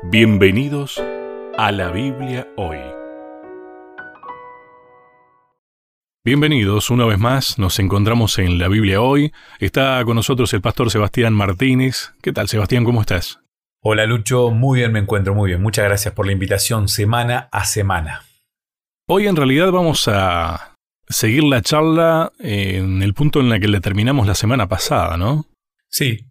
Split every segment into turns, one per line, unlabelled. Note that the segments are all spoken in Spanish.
Bienvenidos a la Biblia Hoy. Bienvenidos una vez más, nos encontramos en la Biblia Hoy. Está con nosotros el pastor Sebastián Martínez. ¿Qué tal, Sebastián? ¿Cómo estás?
Hola Lucho, muy bien, me encuentro muy bien. Muchas gracias por la invitación semana a semana.
Hoy en realidad vamos a seguir la charla en el punto en el que la terminamos la semana pasada, ¿no?
Sí.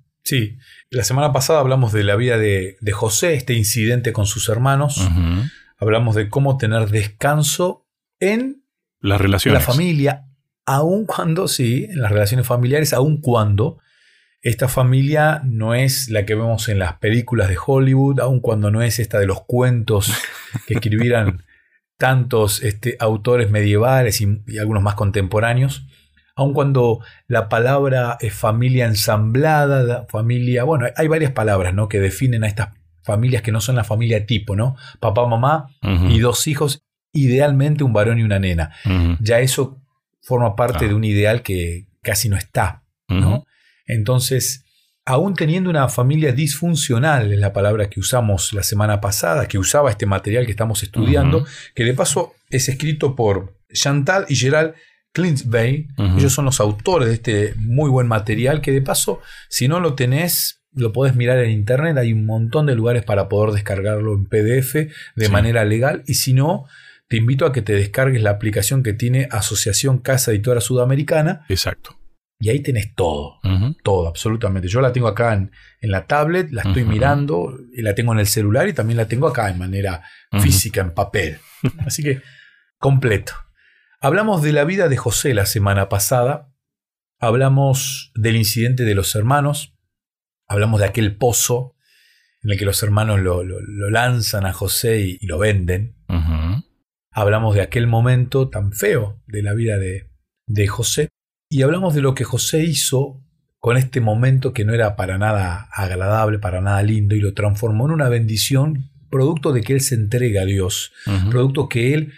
La semana pasada hablamos de la vida de José, este incidente con sus hermanos.
Uh-huh.
Hablamos de cómo tener descanso en
Las relaciones.
la familia, aun cuando, en las relaciones familiares, aun cuando esta familia no es la que vemos en las películas de Hollywood, aun cuando no es esta de los cuentos que escribieran tantos autores medievales y algunos más contemporáneos. Aun cuando la palabra es familia ensamblada, familia... Bueno, hay varias palabras, ¿no?, que definen a estas familias que no son la familia tipo, ¿no? Papá, mamá
Uh-huh.
y dos hijos, idealmente un varón y una nena.
Uh-huh.
Ya eso forma parte de un ideal que casi no está, ¿no?
Uh-huh.
Entonces, aún teniendo una familia disfuncional, es la palabra que usamos la semana pasada, que usaba este material que estamos estudiando,
Uh-huh.
que de paso es escrito por Chantal y Gerald Klinsby.
Uh-huh.
Ellos son los autores de este muy buen material, que de paso, si no lo tenés, lo podés mirar en internet. Hay un montón de lugares para poder descargarlo en PDF de manera legal, y si no, te invito a que te descargues la aplicación que tiene Asociación Casa Editora Sudamericana.
Exacto.
Y ahí tenés todo,
Uh-huh.
todo, absolutamente. Yo la tengo acá en la tablet, la estoy
Uh-huh.
mirando, y la tengo en el celular, y también la tengo acá de manera física, en papel. Así que, completo. Hablamos de la vida de José la semana pasada, hablamos del incidente de los hermanos, hablamos de aquel pozo en el que los hermanos lo lanzan a José y lo venden.
Uh-huh.
Hablamos de aquel momento tan feo de la vida de José, y hablamos de lo que José hizo con este momento que no era para nada agradable, para nada lindo, y lo transformó en una bendición, producto de que él se entrega a Dios,
Uh-huh.
producto que él,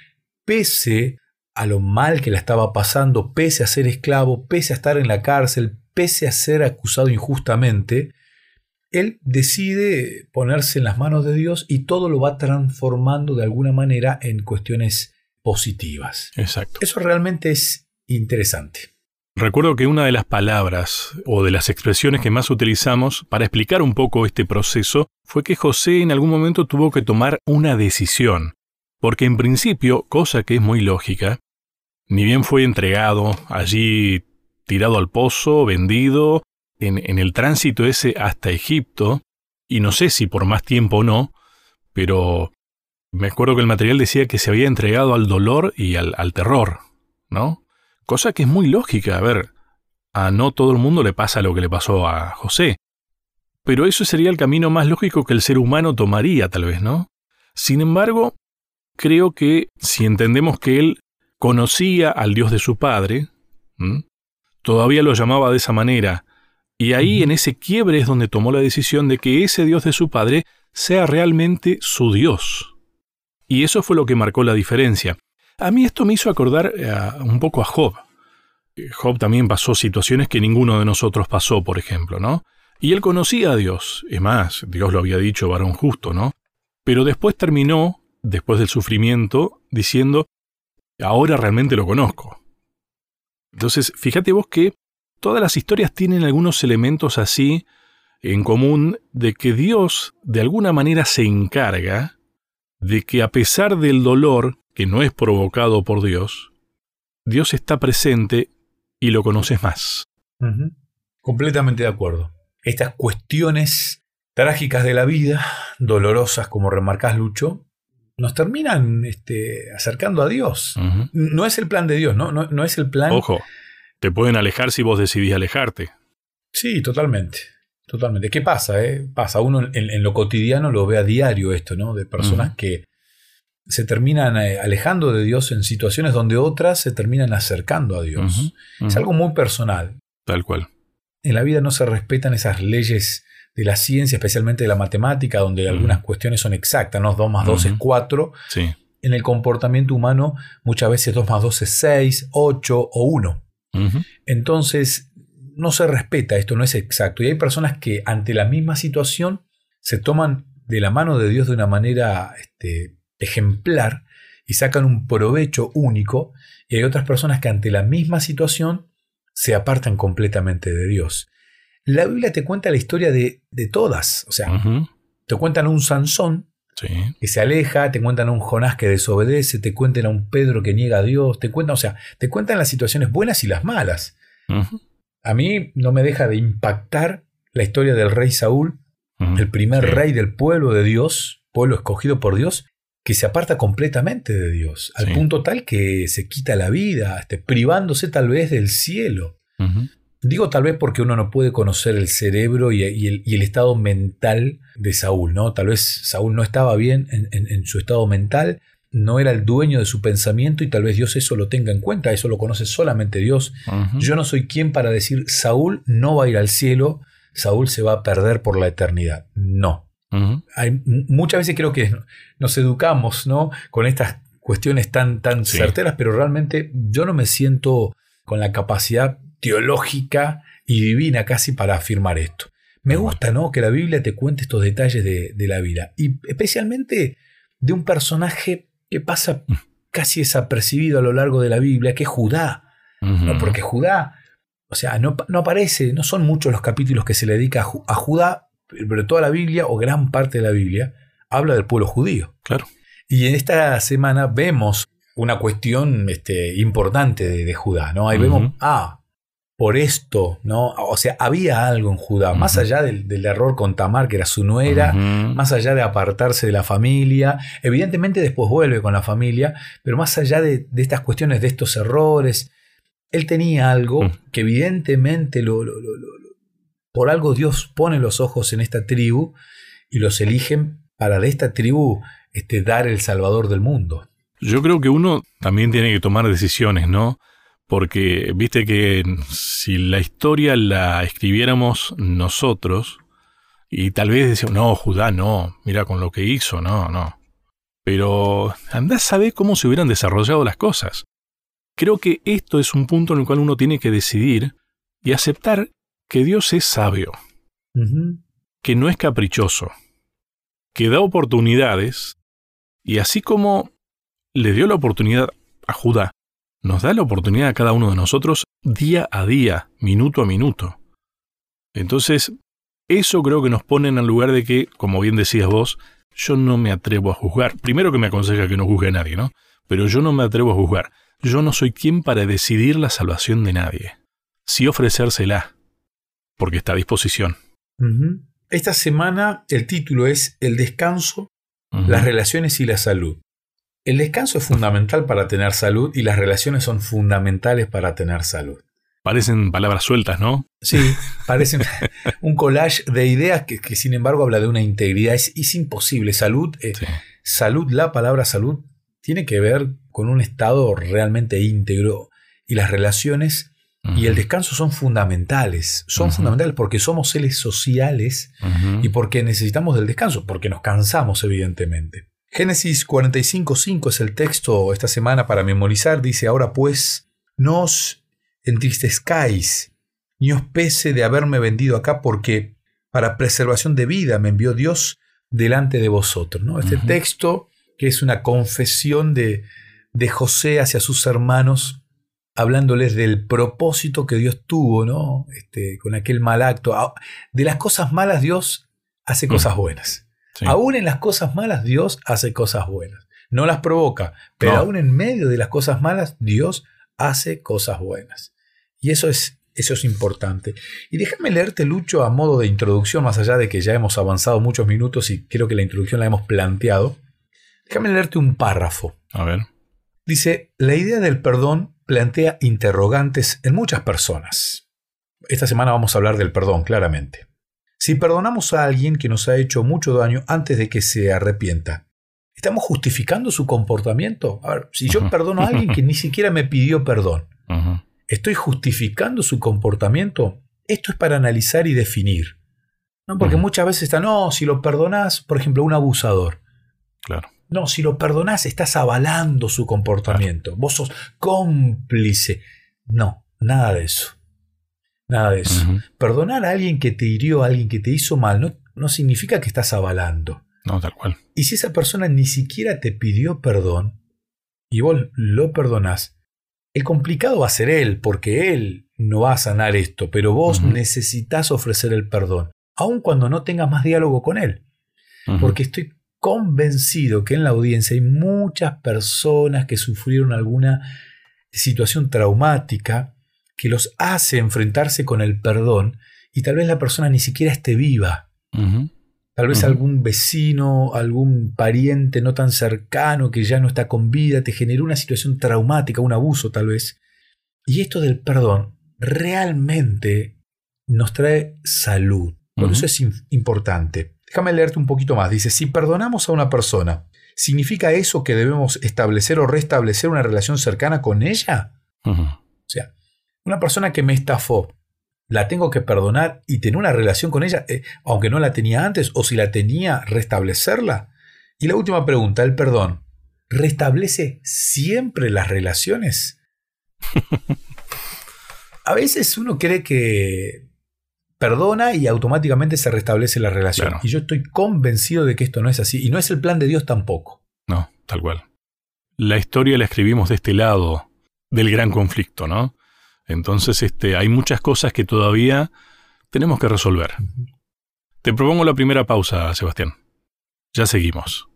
pese a lo mal que la estaba pasando, pese a ser esclavo, pese a estar en la cárcel, pese a ser acusado injustamente, él decide ponerse en las manos de Dios, y todo lo va transformando de alguna manera en cuestiones positivas.
Exacto.
Eso realmente es interesante.
Recuerdo que una de las palabras o de las expresiones que más utilizamos para explicar un poco este proceso fue que José en algún momento tuvo que tomar una decisión, porque en principio, cosa que es muy lógica, ni bien fue entregado allí, tirado al pozo, vendido, en el tránsito ese hasta Egipto, y no sé si por más tiempo o no, pero me acuerdo que el material decía que se había entregado al dolor y al terror, ¿no? Cosa que es muy lógica. A ver, a no todo el mundo le pasa lo que le pasó a José. Pero eso sería el camino más lógico que el ser humano tomaría, tal vez, ¿no? Sin embargo, creo que si entendemos que él conocía al Dios de su padre, todavía lo llamaba de esa manera, y ahí en ese quiebre es donde tomó la decisión de que ese Dios de su padre sea realmente su Dios. Y eso fue lo que marcó la diferencia. A mí esto me hizo acordar un poco a Job. Job también pasó situaciones que ninguno de nosotros pasó, por ejemplo, ¿no? Y él conocía a Dios. Es más, Dios lo había dicho, varón justo, ¿no? Pero después terminó, después del sufrimiento, diciendo, ahora realmente lo conozco. Entonces, fíjate vos que todas las historias tienen algunos elementos así en común, de que Dios de alguna manera se encarga de que a pesar del dolor, que no es provocado por Dios, Dios está presente y lo conoces más.
Uh-huh. Completamente de acuerdo. Estas cuestiones trágicas de la vida, dolorosas como remarcás, Lucho, nos terminan acercando a Dios.
Uh-huh.
No es el plan de Dios, no es el plan.
Ojo, te pueden alejar si vos decidís alejarte.
Sí, totalmente. Totalmente. ¿Qué pasa? Pasa. Uno en lo cotidiano lo ve a diario esto, ¿no? De personas
Uh-huh.
que se terminan alejando de Dios en situaciones donde otras se terminan acercando a Dios.
Uh-huh. Uh-huh.
Es algo muy personal.
Tal cual.
En la vida no se respetan esas leyes de la ciencia, especialmente de la matemática, donde algunas cuestiones son exactas, ¿no? 2 más 2 es 4.
Sí.
En el comportamiento humano muchas veces 2 más 2 es 6, 8 o 1.
Uh-huh.
Entonces no se respeta esto, no es exacto. Y hay personas que ante la misma situación se toman de la mano de Dios de una manera ejemplar y sacan un provecho único, y hay otras personas que ante la misma situación se apartan completamente de Dios. La Biblia te cuenta la historia de todas, o sea, te cuentan un Sansón que se aleja, te cuentan a un Jonás que desobedece, te cuentan a un Pedro que niega a Dios, te cuentan las situaciones buenas y las malas. A mí no me deja de impactar la historia del rey Saúl, el primer rey del pueblo de Dios, pueblo escogido por Dios, que se aparta completamente de Dios, al punto tal que se quita la vida, privándose tal vez del cielo. Digo tal vez porque uno no puede conocer el cerebro y el estado mental de Saúl, ¿no? Tal vez Saúl no estaba bien en su estado mental, no era el dueño de su pensamiento y tal vez Dios eso lo tenga en cuenta, eso lo conoce solamente Dios. Yo no soy quien para decir Saúl no va a ir al cielo, Saúl se va a perder por la eternidad. No. Muchas veces creo que nos educamos, ¿no?, con estas cuestiones tan certeras, pero realmente yo no me siento con la capacidad teológica y divina casi para afirmar esto. Me gusta, ¿no?, que la Biblia te cuente estos detalles de la vida, y especialmente de un personaje que pasa casi desapercibido a lo largo de la Biblia, que es Judá. ¿No? Porque Judá, o sea, no aparece, no son muchos los capítulos que se le dedica a Judá, pero toda la Biblia, o gran parte de la Biblia, habla del pueblo judío.
Claro.
Y en esta semana vemos una cuestión importante de Judá, ¿no? Ahí vemos, por esto, ¿no? O sea, había algo en Judá, más allá del error con Tamar, que era su nuera, más allá de apartarse de la familia. Evidentemente después vuelve con la familia, pero más allá de estas cuestiones, de estos errores, él tenía algo que evidentemente por algo Dios pone los ojos en esta tribu y los eligen para de esta tribu dar el Salvador del mundo.
Yo creo que uno también tiene que tomar decisiones, ¿no? Porque viste que si la historia la escribiéramos nosotros, y tal vez decíamos, no, Judá no, mira con lo que hizo, no. Pero andá a saber cómo se hubieran desarrollado las cosas. Creo que esto es un punto en el cual uno tiene que decidir y aceptar que Dios es sabio, que no es caprichoso, que da oportunidades, y así como le dio la oportunidad a Judá, nos da la oportunidad a cada uno de nosotros día a día, minuto a minuto. Entonces, eso creo que nos pone en el lugar de que, como bien decías vos, yo no me atrevo a juzgar. Primero que me aconseja que no juzgue a nadie, ¿no? Pero yo no me atrevo a juzgar. Yo no soy quien para decidir la salvación de nadie. Sí ofrecérsela, porque está a disposición.
Esta semana el título es El descanso, las relaciones y la salud. El descanso es fundamental para tener salud y las relaciones son fundamentales para tener salud.
Parecen palabras sueltas, ¿no?
Sí, parecen un collage de ideas que sin embargo habla de una integridad. Es imposible. Salud, salud, la palabra salud tiene que ver con un estado realmente íntegro, y las relaciones y el descanso son fundamentales. Son fundamentales porque somos seres sociales y porque necesitamos del descanso, porque nos cansamos evidentemente. Génesis 45:5 es el texto esta semana para memorizar. Dice: ahora pues, no os entristezcáis, ni os pese de haberme vendido acá, porque para preservación de vida me envió Dios delante de vosotros, ¿no? Este texto, que es una confesión de José hacia sus hermanos, hablándoles del propósito que Dios tuvo, ¿no? Con aquel mal acto. De las cosas malas Dios hace cosas buenas. Sí. Aún en las cosas malas Dios hace cosas buenas. No las provoca, pero aún en medio de las cosas malas Dios hace cosas buenas. Y eso es importante. Y déjame leerte, Lucho, a modo de introducción, más allá de que ya hemos avanzado muchos minutos y creo que la introducción la hemos planteado. Déjame leerte un párrafo.
A ver.
Dice: la idea del perdón plantea interrogantes en muchas personas. Esta semana vamos a hablar del perdón, claramente. Si perdonamos a alguien que nos ha hecho mucho daño antes de que se arrepienta, ¿estamos justificando su comportamiento? A ver, si yo perdono a alguien que ni siquiera me pidió perdón, ¿estoy justificando su comportamiento? Esto es para analizar y definir, ¿no? Porque muchas veces está, no, si lo perdonás, por ejemplo, a un abusador.
Claro.
No, si lo perdonás, estás avalando su comportamiento. Claro. Vos sos cómplice. No, nada de eso. Nada de eso. Perdonar a alguien que te hirió, a alguien que te hizo mal, no significa que estás avalando.
No, tal cual.
Y si esa persona ni siquiera te pidió perdón y vos lo perdonás, el complicado va a ser él, porque él no va a sanar esto, pero vos necesitas ofrecer el perdón, aun cuando no tengas más diálogo con él. Porque estoy convencido que en la audiencia hay muchas personas que sufrieron alguna situación traumática que los hace enfrentarse con el perdón y tal vez la persona ni siquiera esté viva. Tal vez algún vecino, algún pariente no tan cercano que ya no está con vida te generó una situación traumática, un abuso tal vez. Y esto del perdón realmente nos trae salud. Por eso es importante. Déjame leerte un poquito más. Dice, si perdonamos a una persona, ¿significa eso que debemos establecer o restablecer una relación cercana con ella? O sea, una persona que me estafó, ¿la tengo que perdonar y tener una relación con ella, aunque no la tenía antes, o si la tenía, restablecerla? Y la última pregunta, ¿el perdón restablece siempre las relaciones? A veces uno cree que perdona y automáticamente se restablece la relación. Claro. Y yo estoy convencido de que esto no es así. Y no es el plan de Dios tampoco.
No, tal cual. La historia la escribimos de este lado del gran conflicto, ¿no? Entonces hay muchas cosas que todavía tenemos que resolver. Te propongo la primera pausa, Sebastián. Ya seguimos.